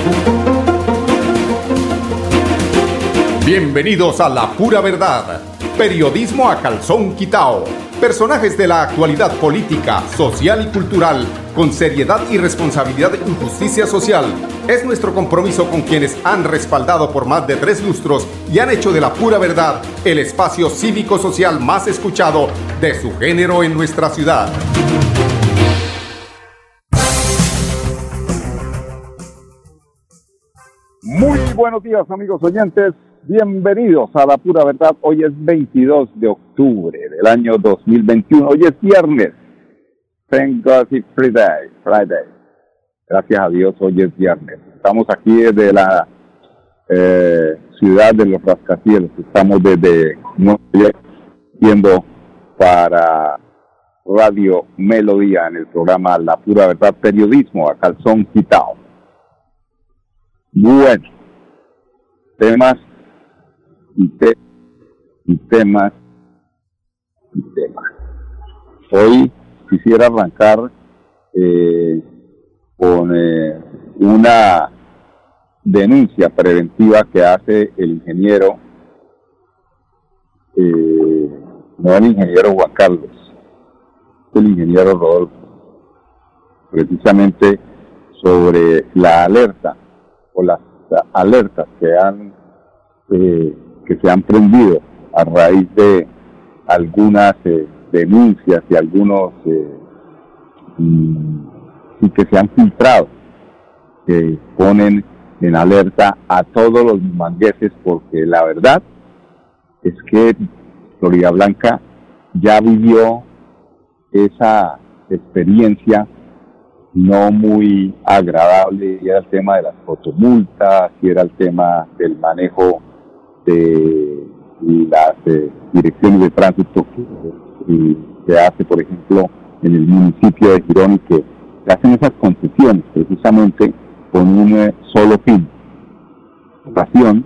Bienvenidos a La Pura Verdad, periodismo a calzón quitao. Personajes de la actualidad política, social y cultural, con seriedad y responsabilidad en justicia social. Es nuestro compromiso con quienes han respaldado por más de 3 lustros y han hecho de La Pura Verdad el espacio cívico-social más escuchado de su género en nuestra ciudad. Muy buenos días, amigos oyentes. Bienvenidos a La Pura Verdad. Hoy es 22 de octubre del año 2021. Hoy es viernes. Thank God it's Friday. Gracias a Dios, hoy es viernes. Estamos aquí desde la ciudad de los rascacielos. Estamos desde Nueva York yendo para Radio Melodía en el programa La Pura Verdad, periodismo a calzón quitao. Bueno, temas y temas. Hoy quisiera arrancar con una denuncia preventiva que hace el ingeniero, no el ingeniero Juan Carlos, el ingeniero Rodolfo, precisamente sobre la alerta o las alertas que se han prendido a raíz de algunas denuncias y algunos y que se han filtrado, que ponen en alerta a todos los mangueses, porque la verdad es que Florida Blanca ya vivió esa experiencia no muy agradable, y era el tema de las fotomultas, y era el tema del manejo de las direcciones de tránsito que se hace, por ejemplo, en el municipio de Girón, y que se hacen esas concesiones precisamente con un solo fin, ocasión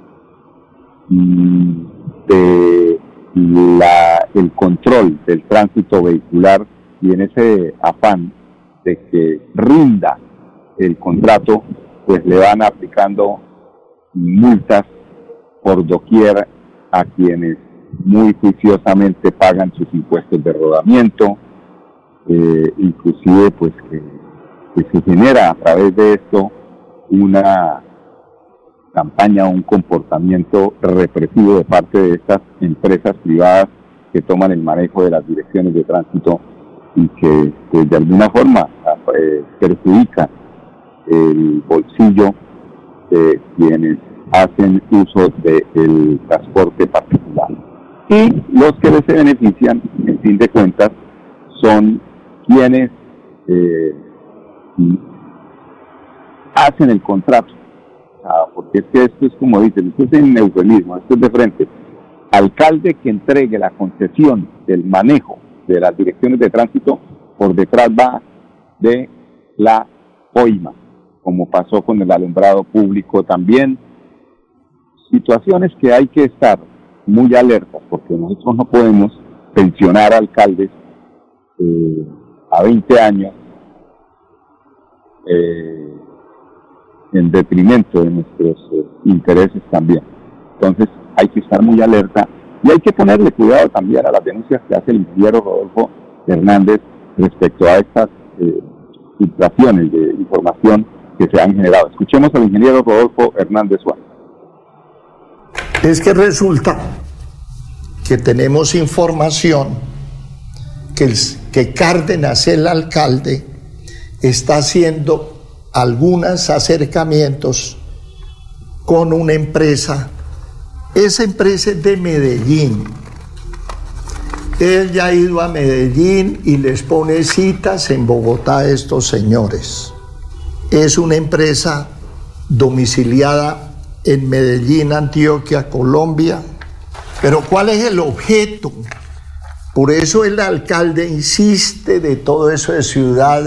de el control del tránsito vehicular, y en ese afán de que rinda el contrato, pues le van aplicando multas por doquier a quienes muy juiciosamente pagan sus impuestos de rodamiento, inclusive pues que se genera a través de esto una campaña, un comportamiento represivo de parte de estas empresas privadas que toman el manejo de las direcciones de tránsito y que pues, de alguna forma perjudica el bolsillo de quienes hacen uso del transporte particular. Y los que se benefician, en fin de cuentas, son quienes hacen el contrato. Porque es que esto es como dicen, esto es en eufemismo, esto es de frente. Alcalde que entregue la concesión del manejo de las direcciones de tránsito, por detrás va de la OIMA, como pasó con el alumbrado público también. Situaciones que hay que estar muy alertas, porque nosotros no podemos pensionar alcaldes a 20 años en detrimento de nuestros intereses también. Entonces hay que estar muy alerta y hay que ponerle cuidado también a las denuncias que hace el ingeniero Rodolfo Hernández respecto a estas filtraciones de información que se han generado. Escuchemos al ingeniero Rodolfo Hernández Suárez. Es que resulta que tenemos información que Cárdenas, el alcalde, está haciendo algunos acercamientos con una empresa. Esa empresa es de Medellín. Él ya ha ido a Medellín y les pone citas en Bogotá a estos señores. Es una empresa domiciliada en Medellín, Antioquia, Colombia. Pero ¿cuál es el objeto? Por eso el alcalde insiste de todo eso de ciudad,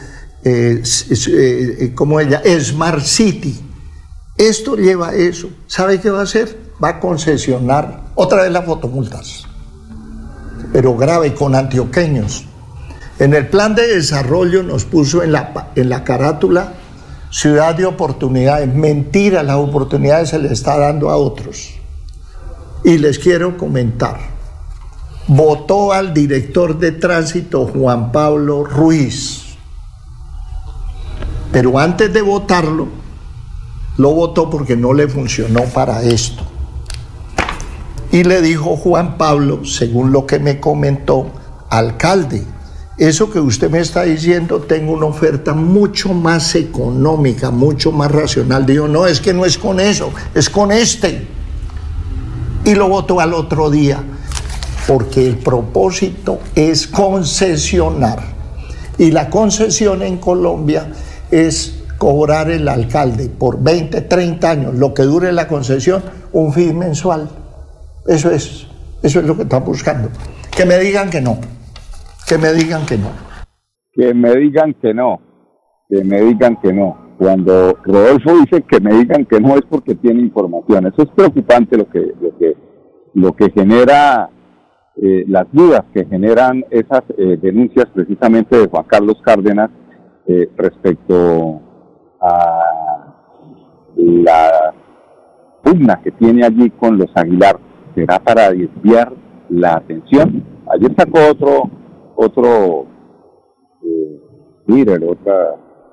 ¿cómo ella? Smart City. Esto lleva a eso. ¿Sabe qué va a hacer? Va a concesionar otra vez las fotomultas, pero grave, con antioqueños. En el plan de desarrollo nos puso en la carátula ciudad de oportunidades. Mentira, las oportunidades se le está dando a otros. Y les quiero comentar, votó al director de tránsito Juan Pablo Ruiz, pero antes de votarlo, lo votó porque no le funcionó para esto. Y le dijo Juan Pablo, según lo que me comentó, alcalde, eso que usted me está diciendo, tengo una oferta mucho más económica, mucho más racional. Dijo, no, es que no es con eso, es con este. Y lo votó al otro día, porque el propósito es concesionar. Y la concesión en Colombia es cobrar el alcalde por 20, 30 años, lo que dure la concesión, un fee mensual. Eso es lo que están buscando. Que me digan que no. Que me digan que no. Que me digan que no. Que me digan que no. Cuando Rodolfo dice que me digan que no es porque tiene información. Eso es preocupante lo que genera, las dudas que generan esas denuncias precisamente de Juan Carlos Cárdenas respecto a la pugna que tiene allí con los Aguilar. ¿Será para desviar la atención? Ayer sacó otro Twitter, otra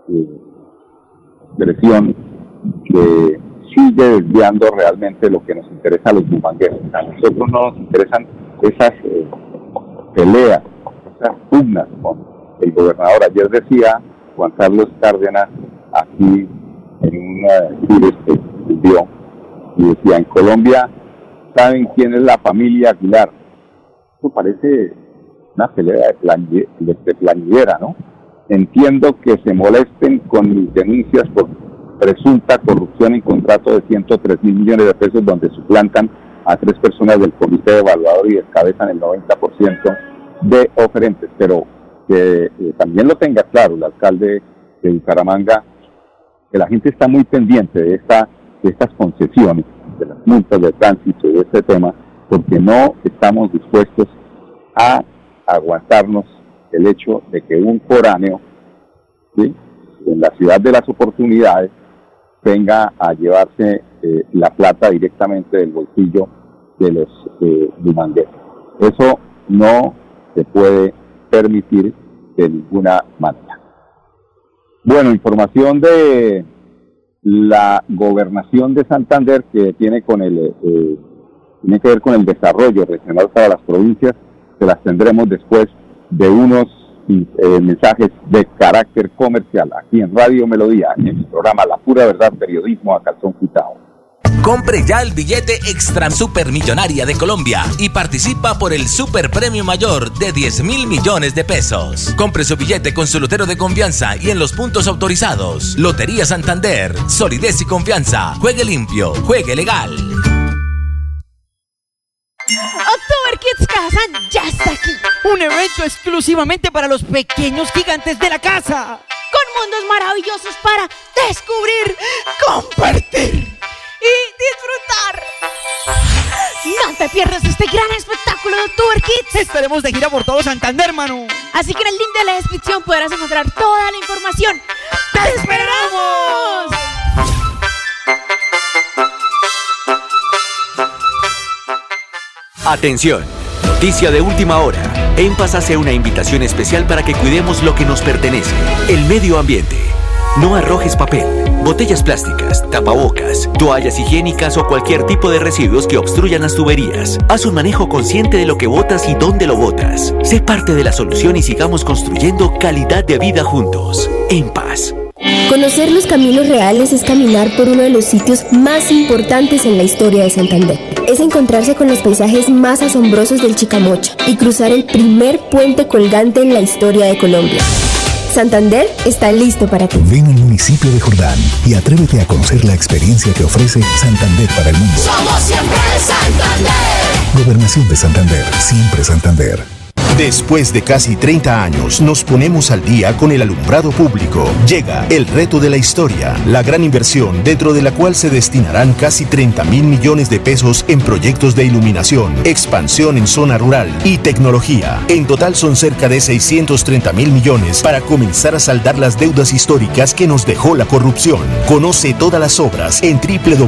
expresión que sigue desviando realmente lo que nos interesa a los bumangueses. A nosotros no nos interesan esas peleas, esas pugnas con el gobernador. Ayer decía Juan Carlos Cárdenas aquí en un Twitter que subió y decía, en Colombia ¿saben quién es la familia Aguilar? Esto parece una pelea de planillera, ¿no? Entiendo que se molesten con mis denuncias por presunta corrupción en contrato de 103 mil millones de pesos donde suplantan a 3 personas del comité evaluador y descabezan el 90% de oferentes. Pero que también lo tenga claro el alcalde de Bucaramanga, que la gente está muy pendiente de estas concesiones, de las multas de tránsito y de este tema, porque no estamos dispuestos a aguantarnos el hecho de que un foráneo, ¿sí?, en la ciudad de las oportunidades venga a llevarse la plata directamente del bolsillo de los bumangueses. Eso no se puede permitir de ninguna manera. Bueno, información de la gobernación de Santander que tiene que ver con el desarrollo regional para las provincias, se las tendremos después de unos mensajes de carácter comercial aquí en Radio Melodía, en el programa La Pura Verdad, periodismo a calzón quitado. Compre ya el billete Extra Supermillonaria de Colombia y participa por el Super Premio Mayor de 10.000 millones de pesos. Compre su billete con su lotero de confianza y en los puntos autorizados. Lotería Santander, solidez y confianza. Juegue limpio, juegue legal. October Kids Casa ya está aquí. Un evento exclusivamente para los pequeños gigantes de la casa. Con mundos maravillosos para descubrir, compartir y disfrutar. No te pierdas este gran espectáculo de October Kids. Estaremos de gira por todo Santander, mano. Así que en el link de la descripción podrás encontrar toda la información. ¡Te esperamos! Atención, noticia de última hora. EMPAS hace una invitación especial para que cuidemos lo que nos pertenece, el medio ambiente. No arrojes papel, botellas plásticas, tapabocas, toallas higiénicas o cualquier tipo de residuos que obstruyan las tuberías. Haz un manejo consciente de lo que botas y dónde lo botas. Sé parte de la solución y sigamos construyendo calidad de vida juntos. EMPAS. Conocer los caminos reales es caminar por uno de los sitios más importantes en la historia de Santander. Es encontrarse con los paisajes más asombrosos del Chicamocha y cruzar el primer puente colgante en la historia de Colombia. Santander está listo para ti. Ven al municipio de Jordán y atrévete a conocer la experiencia que ofrece Santander para el mundo. Somos siempre Santander. Gobernación de Santander, siempre Santander. Después de casi 30 años, nos ponemos al día con el alumbrado público. Llega el reto de la historia, la gran inversión dentro de la cual se destinarán casi 30.000 millones de pesos en proyectos de iluminación, expansión en zona rural y tecnología. En total son cerca de 630.000 millones para comenzar a saldar las deudas históricas que nos dejó la corrupción. Conoce todas las obras en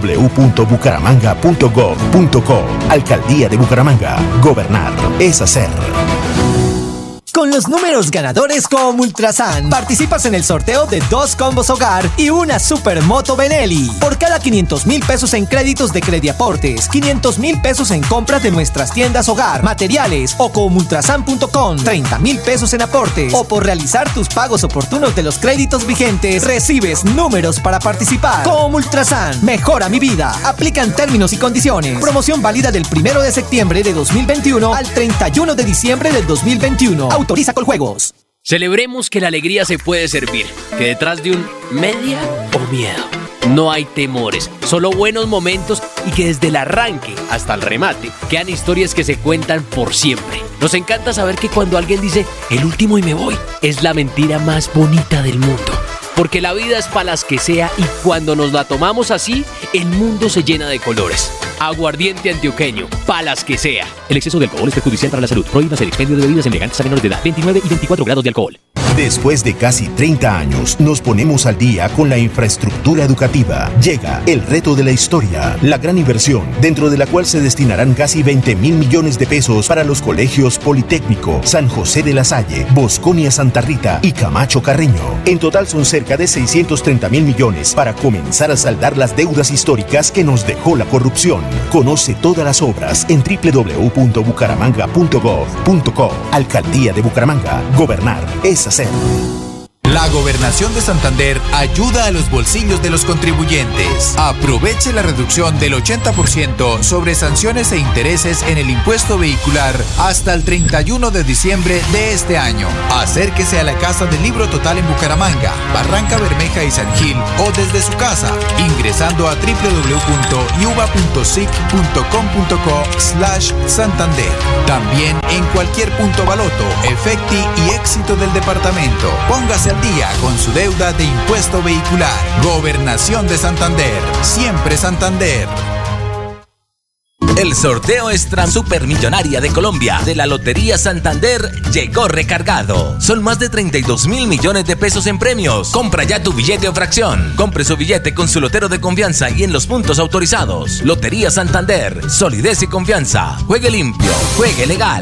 www.bucaramanga.gov.co. Alcaldía de Bucaramanga. Gobernar es hacer. Con los números ganadores con Ultrasan, participas en el sorteo de 2 combos hogar y una supermoto Benelli. Por cada 500.000 pesos en créditos de Crediaportes, 500.000 pesos en compras de nuestras tiendas hogar, materiales o comultrasan.com, 30.000 pesos en aportes o por realizar tus pagos oportunos de los créditos vigentes, recibes números para participar. Comultrasan, mejora mi vida. Aplican términos y condiciones. Promoción válida del 1 de septiembre de 2021 al 31 de diciembre del 2021. Autoriza Coljuegos. Celebremos que la alegría se puede servir, que detrás de un media o miedo no hay temores, solo buenos momentos y que desde el arranque hasta el remate quedan historias que se cuentan por siempre. Nos encanta saber que cuando alguien dice el último y me voy, es la mentira más bonita del mundo. Porque la vida es para las que sea y cuando nos la tomamos así, el mundo se llena de colores. Aguardiente antioqueño, para las que sea. El exceso de alcohol es perjudicial para la salud. Prohíbas el expendio de bebidas embriagantes a menores de edad. 29 y 24 grados de alcohol. Después de casi 30 años, nos ponemos al día con la infraestructura educativa. Llega el reto de la historia, la gran inversión, dentro de la cual se destinarán casi 20.000 millones de pesos para los colegios Politécnico, San José de la Salle, Bosconia Santa Rita y Camacho Carreño. En total son cerca de 630.000 millones para comenzar a saldar las deudas históricas que nos dejó la corrupción. Conoce todas las obras en www.bucaramanga.gov.co. Alcaldía de Bucaramanga. Gobernar es hacer. La Gobernación de Santander ayuda a los bolsillos de los contribuyentes. Aproveche la reducción del 80% sobre sanciones e intereses en el impuesto vehicular hasta el 31 de diciembre de este año. Acérquese a la Casa del Libro Total en Bucaramanga, Barranca Bermeja y San Gil o desde su casa, ingresando a www.yuba.sic.com.co/Santander. También en cualquier punto Baloto, Efecti y Éxito del departamento. Póngase al día con su deuda de impuesto vehicular. Gobernación de Santander. Siempre Santander. El sorteo extra supermillonaria de Colombia de la Lotería Santander llegó recargado. Son más de 32.000 millones de pesos en premios. Compra ya tu billete o fracción. Compre su billete con su lotero de confianza y en los puntos autorizados. Lotería Santander. Solidez y confianza. Juegue limpio. Juegue legal.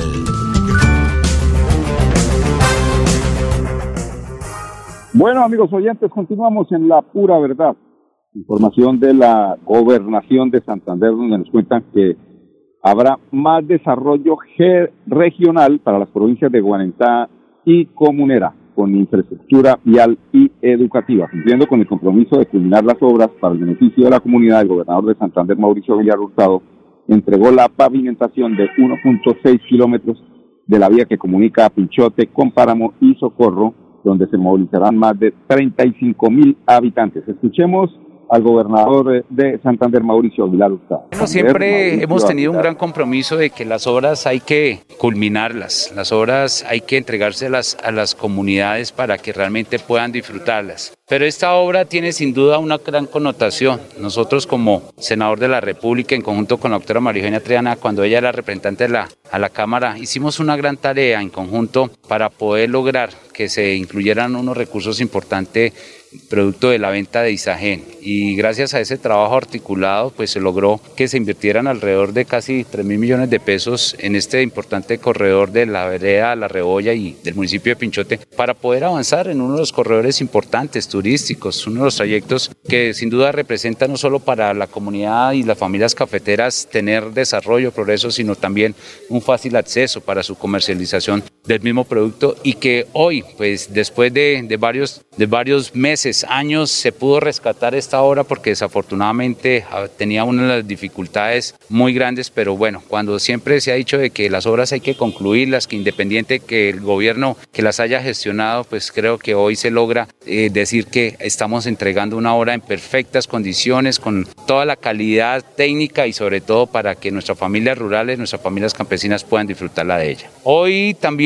Bueno, amigos oyentes, continuamos en La Pura Verdad. Información de la Gobernación de Santander, donde nos cuentan que habrá más desarrollo regional para las provincias de Guarentá y Comunera, con infraestructura vial y educativa. Cumpliendo con el compromiso de culminar las obras para el beneficio de la comunidad, el gobernador de Santander, Mauricio Villar Hurtado, entregó la pavimentación de 1.6 kilómetros de la vía que comunica a Pinchote con Páramo y Socorro, donde se movilizarán más de 35.000 habitantes. Escuchemos al gobernador de Santander, Mauricio Villar Hurtado. Bueno, siempre hemos tenido un gran compromiso de que las obras hay que culminarlas, las obras hay que entregárselas a las comunidades para que realmente puedan disfrutarlas. Pero esta obra tiene sin duda una gran connotación. Nosotros como senador de la República, en conjunto con la doctora María Eugenia Triana, cuando ella era representante a la Cámara, hicimos una gran tarea en conjunto para poder lograr que se incluyeran unos recursos importantes producto de la venta de Isagen, y gracias a ese trabajo articulado pues se logró que se invirtieran alrededor de casi 3.000 millones de pesos en este importante corredor de la vereda La Rebolla y del municipio de Pinchote para poder avanzar en uno de los corredores importantes turísticos, uno de los trayectos que sin duda representa no solo para la comunidad y las familias cafeteras tener desarrollo, progreso, sino también un fácil acceso para su comercialización del mismo producto, y que hoy pues después de varios meses, años, se pudo rescatar esta obra porque desafortunadamente tenía una de las dificultades muy grandes, pero bueno, cuando siempre se ha dicho de que las obras hay que concluirlas, que independiente que el gobierno que las haya gestionado, pues creo que hoy se logra decir que estamos entregando una obra en perfectas condiciones, con toda la calidad técnica y sobre todo para que nuestras familias rurales, nuestras familias campesinas puedan disfrutarla de ella. Hoy también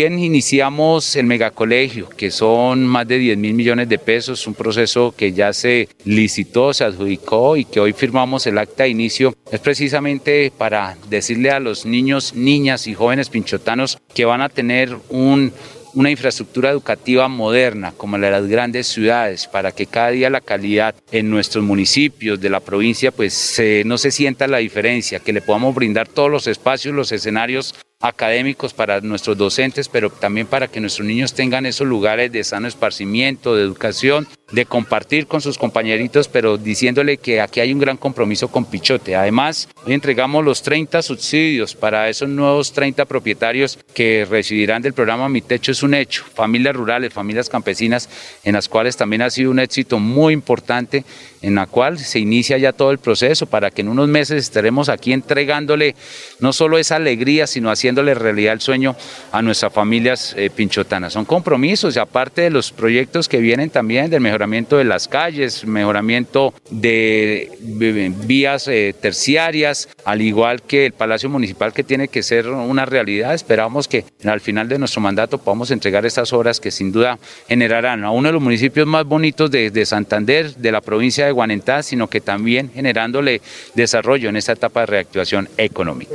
También iniciamos el megacolegio, que son más de 10.000 millones de pesos, un proceso que ya se licitó, se adjudicó y que hoy firmamos el acta de inicio. Es precisamente para decirle a los niños, niñas y jóvenes pinchotanos que van a tener una infraestructura educativa moderna como la de las grandes ciudades, para que cada día la calidad en nuestros municipios de la provincia pues no se sienta la diferencia, que le podamos brindar todos los espacios, los escenarios académicos para nuestros docentes, pero también para que nuestros niños tengan esos lugares de sano esparcimiento, de educación, de compartir con sus compañeritos, pero diciéndole que aquí hay un gran compromiso con Pichote. Además, hoy entregamos los 30 subsidios para esos nuevos 30 propietarios que recibirán del programa Mi Techo es un Hecho, familias rurales, familias campesinas, en las cuales también ha sido un éxito muy importante, en la cual se inicia ya todo el proceso para que en unos meses estaremos aquí entregándole no solo esa alegría, sino haciéndole realidad el sueño a nuestras familias pinchotanas. Son compromisos y aparte de los proyectos que vienen también del mejoramiento de las calles, mejoramiento de vías terciarias, al igual que el Palacio Municipal, que tiene que ser una realidad. Esperamos que al final de nuestro mandato podamos entregar estas obras que sin duda generarán a uno de los municipios más bonitos de Santander, de la provincia de Guanentá, sino que también generándole desarrollo en esta etapa de reactivación económica.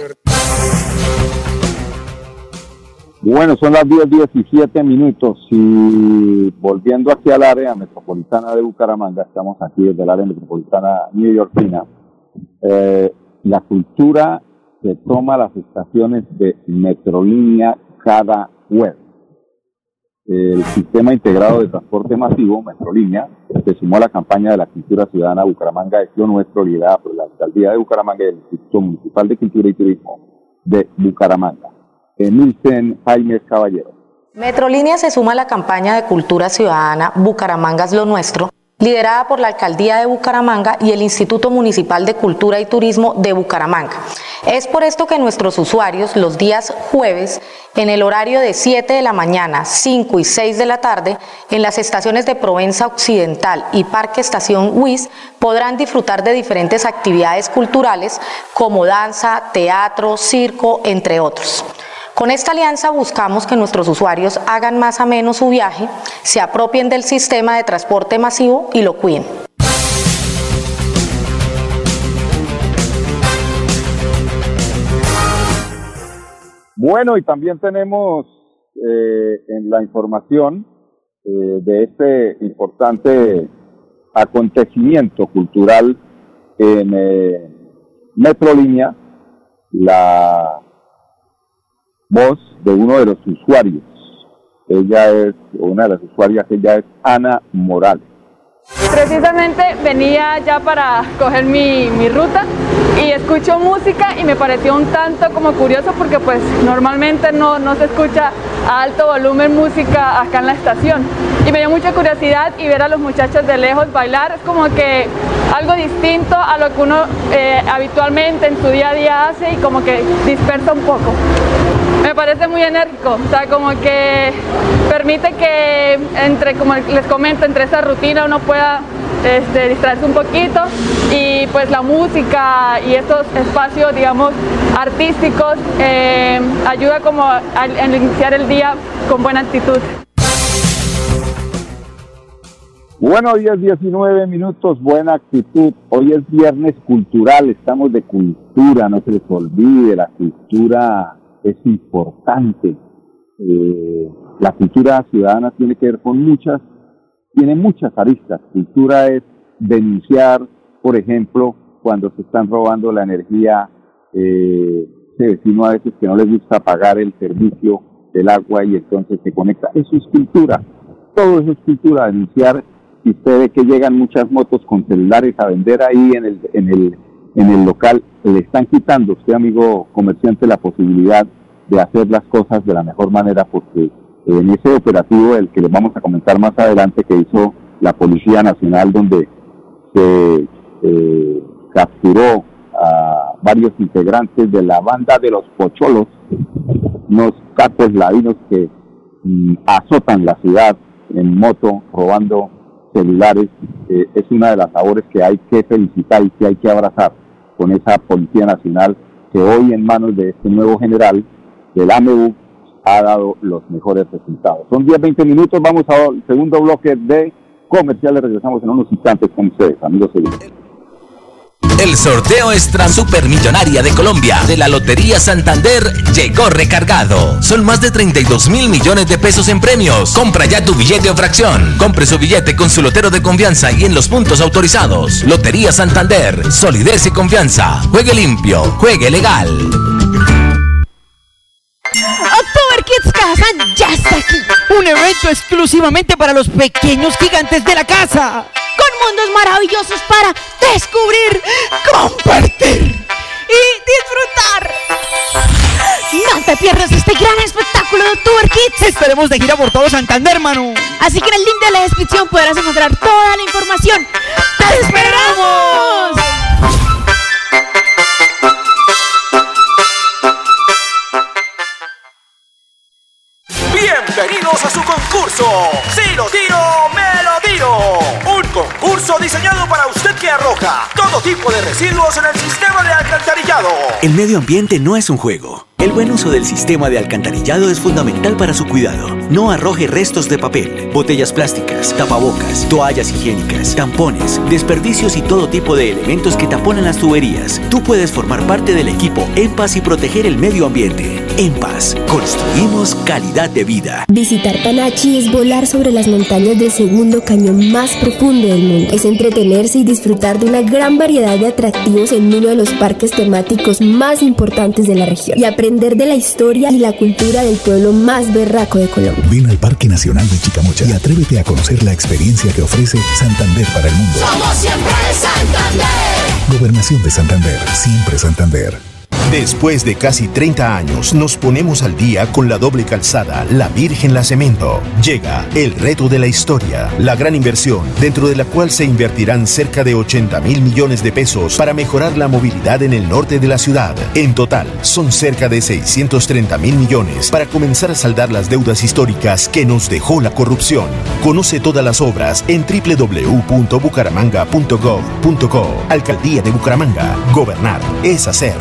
Bueno, son las 10:17 y volviendo aquí al área metropolitana de Bucaramanga, estamos aquí desde el área metropolitana neoyorquina. La cultura que toma las estaciones de Metrolínea cada jueves. El Sistema Integrado de Transporte Masivo, Metrolínea, se sumó a la campaña de la Cultura Ciudadana Bucaramanga es lo nuestro, liderada por la Alcaldía de Bucaramanga y el Instituto Municipal de Cultura y Turismo de Bucaramanga. Emilsen Jaime Caballero. Metrolínea se suma a la campaña de Cultura Ciudadana Bucaramanga es lo nuestro, liderada por la Alcaldía de Bucaramanga y el Instituto Municipal de Cultura y Turismo de Bucaramanga. Es por esto que nuestros usuarios los días jueves, en el horario de 7 de la mañana, 5 y 6 de la tarde, en las estaciones de Provenza Occidental y Parque Estación WIS, podrán disfrutar de diferentes actividades culturales como danza, teatro, circo, entre otros. Con esta alianza buscamos que nuestros usuarios hagan más ameno su viaje, se apropien del sistema de transporte masivo y lo cuiden. Bueno, y también tenemos en la información de este importante acontecimiento cultural en Metrolínea, la voz de uno de los usuarios. Ella es, una de las usuarias, ella es Ana Morales. Precisamente venía ya para coger mi ruta y escucho música y me pareció un tanto como curioso porque pues normalmente no se escucha a alto volumen música acá en la estación. Y me dio mucha curiosidad y ver a los muchachos de lejos bailar es como que algo distinto a lo que uno habitualmente en su día a día hace y como que dispersa un poco. Me parece muy enérgico, o sea, como que permite que como les comento, entre esa rutina uno pueda distraerse un poquito y pues la música y estos espacios, digamos, artísticos ayuda como a iniciar el día con buena actitud. Bueno, 10:19, buena actitud. Hoy es viernes cultural, estamos de cultura, no se les olvide, la cultura es importante. La cultura ciudadana tiene que ver con tiene muchas aristas. Cultura es denunciar, por ejemplo, cuando se están robando la energía, ese vecino a veces que no les gusta pagar el servicio del agua y entonces se conecta. Eso es cultura, todo eso es cultura, denunciar. Y usted ve que llegan muchas motos con celulares a vender ahí en el local, le están quitando a usted, amigo comerciante, la posibilidad de hacer las cosas de la mejor manera, porque en ese operativo, el que les vamos a comentar más adelante, que hizo la Policía Nacional, donde se capturó a varios integrantes de la banda de los Pocholos, unos capos ladinos que azotan la ciudad en moto, robando celulares, es una de las labores que hay que felicitar y que hay que abrazar con esa Policía Nacional que hoy en manos de este nuevo general del AMEU ha dado los mejores resultados. Son 10-20 minutos, vamos al segundo bloque de comerciales, regresamos en unos instantes con ustedes, amigos oyentes. El sorteo extra supermillonaria de Colombia de la Lotería Santander llegó recargado. Son más de 32.000 millones de pesos en premios. Compra ya tu billete o fracción. Compre su billete con su lotero de confianza y en los puntos autorizados. Lotería Santander, solidez y confianza. Juegue limpio, juegue legal. October Kids Cajazán ya está aquí. Un evento exclusivamente para los pequeños gigantes de la casa. Con mundos maravillosos para descubrir, compartir y disfrutar. No te pierdas este gran espectáculo de October Kids. Estaremos de gira por todo Santander, hermano. Así que en el link de la descripción podrás encontrar toda la información. ¡Te esperamos! Bienvenidos a su concurso. Si lo tiro, me lo tiro. Un concurso diseñado para usted que arroja todo tipo de residuos en el sistema de alcantarillado. El medio ambiente no es un juego. El buen uso del sistema de alcantarillado es fundamental para su cuidado. No arroje restos de papel, botellas plásticas, tapabocas, toallas higiénicas, tampones, desperdicios y todo tipo de elementos que taponan las tuberías. Tú puedes formar parte del equipo En Paz y proteger el medio ambiente. En Paz, construimos calidad de vida. Visitar Panachi es volar sobre las montañas del segundo cañón más profundo del mundo. Es entretenerse y disfrutar de una gran variedad de atractivos en uno de los parques temáticos más importantes de la región. Y aprender de la historia y la cultura del pueblo más berraco de Colombia. Ven al Parque Nacional de Chicamocha y atrévete a conocer la experiencia que ofrece Santander para el mundo. Somos siempre Santander. Gobernación de Santander, siempre Santander. Después de casi 30 años, nos ponemos al día con la doble calzada La Virgen La Cemento. Llega el reto de la historia, la gran inversión, dentro de la cual se invertirán cerca de 80.000 millones de pesos para mejorar la movilidad en el norte de la ciudad. En total, son cerca de 630.000 millones para comenzar a saldar las deudas históricas que nos dejó la corrupción. Conoce todas las obras en www.bucaramanga.gov.co. Alcaldía de Bucaramanga. Gobernar es hacer.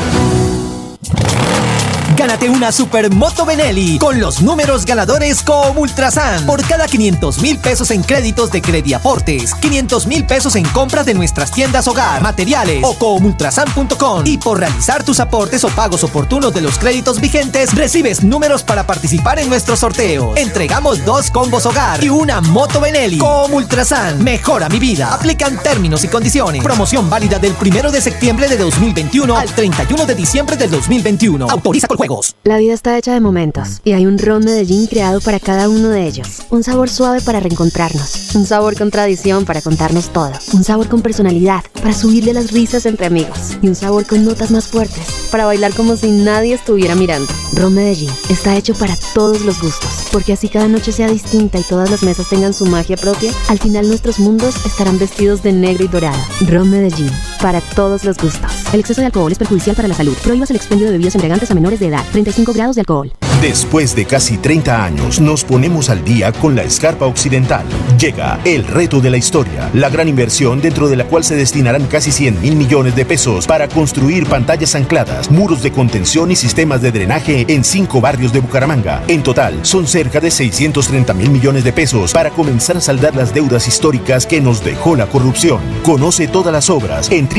Gánate una Supermoto Benelli con los números ganadores Comultrasan. Por cada 500.000 pesos en créditos de Crediaportes, 500.000 pesos en compras de nuestras tiendas hogar, materiales o comultrasan.com. Y por realizar tus aportes o pagos oportunos de los créditos vigentes, recibes números para participar en nuestros sorteos. Entregamos 2 combos hogar y una moto Benelli. Comultrasan, mejora mi vida. Aplican términos y condiciones. Promoción válida del 1 de septiembre de 2021 al 31 de diciembre del 2021. Autoriza con juegos. La vida está hecha de momentos y hay un ron Medellín creado para cada uno de ellos. Un sabor suave para reencontrarnos, un sabor con tradición para contarnos todo, un sabor con personalidad para subirle las risas entre amigos y un sabor con notas más fuertes para bailar como si nadie estuviera mirando. Ron Medellín está hecho para todos los gustos, porque así cada noche sea distinta y todas las mesas tengan su magia propia. Al final nuestros mundos estarán vestidos de negro y dorado. Ron Medellín, para todos los gustos. El exceso de alcohol es perjudicial para la salud. Prohíbas el expendio de bebidas embriagantes a menores de edad. 35 grados de alcohol. Después de casi 30 años, nos ponemos al día con la Escarpa Occidental. Llega el reto de la historia, la gran inversión dentro de la cual se destinarán casi 100.000 millones de pesos para construir pantallas ancladas, muros de contención y sistemas de drenaje en 5 barrios de Bucaramanga. En total, son cerca de 630.000 millones de pesos para comenzar a saldar las deudas históricas que nos dejó la corrupción. Conoce todas las obras en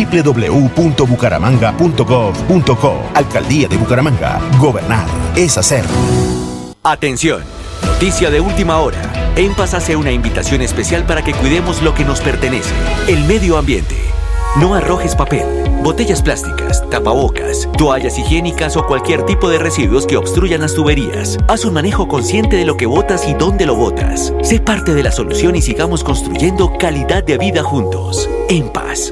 www.bucaramanga.gov.co. Alcaldía de Bucaramanga. Gobernar es hacer. Atención, noticia de última hora. En Paz hace una invitación especial para que cuidemos lo que nos pertenece, el medio ambiente. No arrojes papel, botellas plásticas, tapabocas, toallas higiénicas o cualquier tipo de residuos que obstruyan las tuberías. Haz un manejo consciente de lo que botas y dónde lo botas. Sé parte de la solución y sigamos construyendo calidad de vida juntos. En Paz.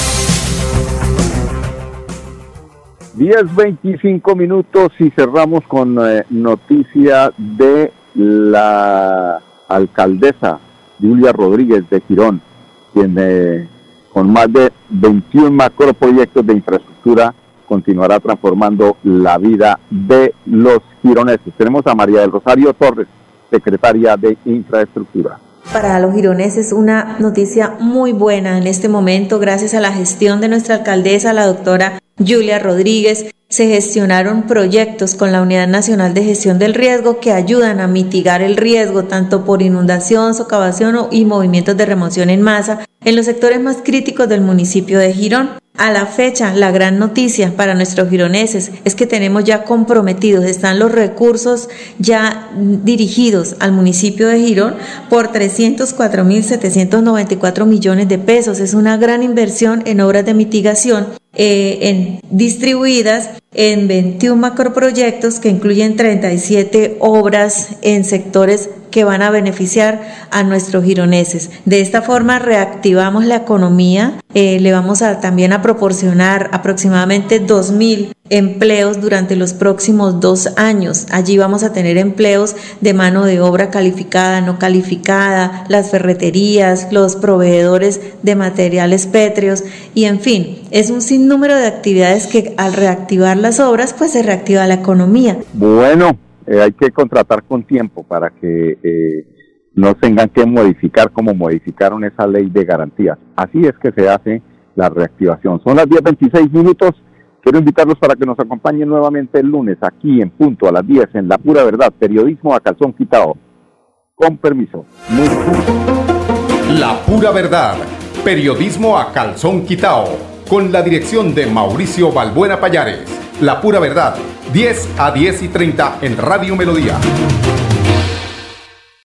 10:25 minutos y cerramos con noticia de la alcaldesa Julia Rodríguez de Girón, quien con más de 21 macroproyectos de infraestructura continuará transformando la vida de los gironeses. Tenemos a María del Rosario Torres, secretaria de Infraestructura. Para los gironeses una noticia muy buena en este momento, gracias a la gestión de nuestra alcaldesa, la doctora Julia Rodríguez, se gestionaron proyectos con la Unidad Nacional de Gestión del Riesgo que ayudan a mitigar el riesgo tanto por inundación, socavación y movimientos de remoción en masa en los sectores más críticos del municipio de Girón. A la fecha, la gran noticia para nuestros gironeses es que tenemos ya comprometidos, están los recursos ya dirigidos al municipio de Girón por 304.794 millones de pesos. Es una gran inversión en obras de mitigación distribuidas en 21 macroproyectos que incluyen 37 obras en sectores que van a beneficiar a nuestros gironeses. De esta forma reactivamos la economía, le vamos a también a proporcionar aproximadamente 2.000 empleos durante los próximos 2 años. Allí vamos a tener empleos de mano de obra calificada, no calificada, las ferreterías, los proveedores de materiales pétreos y en fin, es un sinnúmero de actividades que al reactivar las obras pues se reactiva la economía. Bueno, hay que contratar con tiempo para que no tengan que modificar como modificaron esa ley de garantías. Así es que se hace la reactivación. Son las 10:26 minutos. Quiero invitarlos para que nos acompañen nuevamente el lunes aquí en punto a las 10 en La Pura Verdad, periodismo a calzón quitado. Con permiso. La Pura Verdad, periodismo a calzón quitado, con la dirección de Mauricio Balbuena Payares. La Pura Verdad, 10 a 10:30 en Radio Melodía.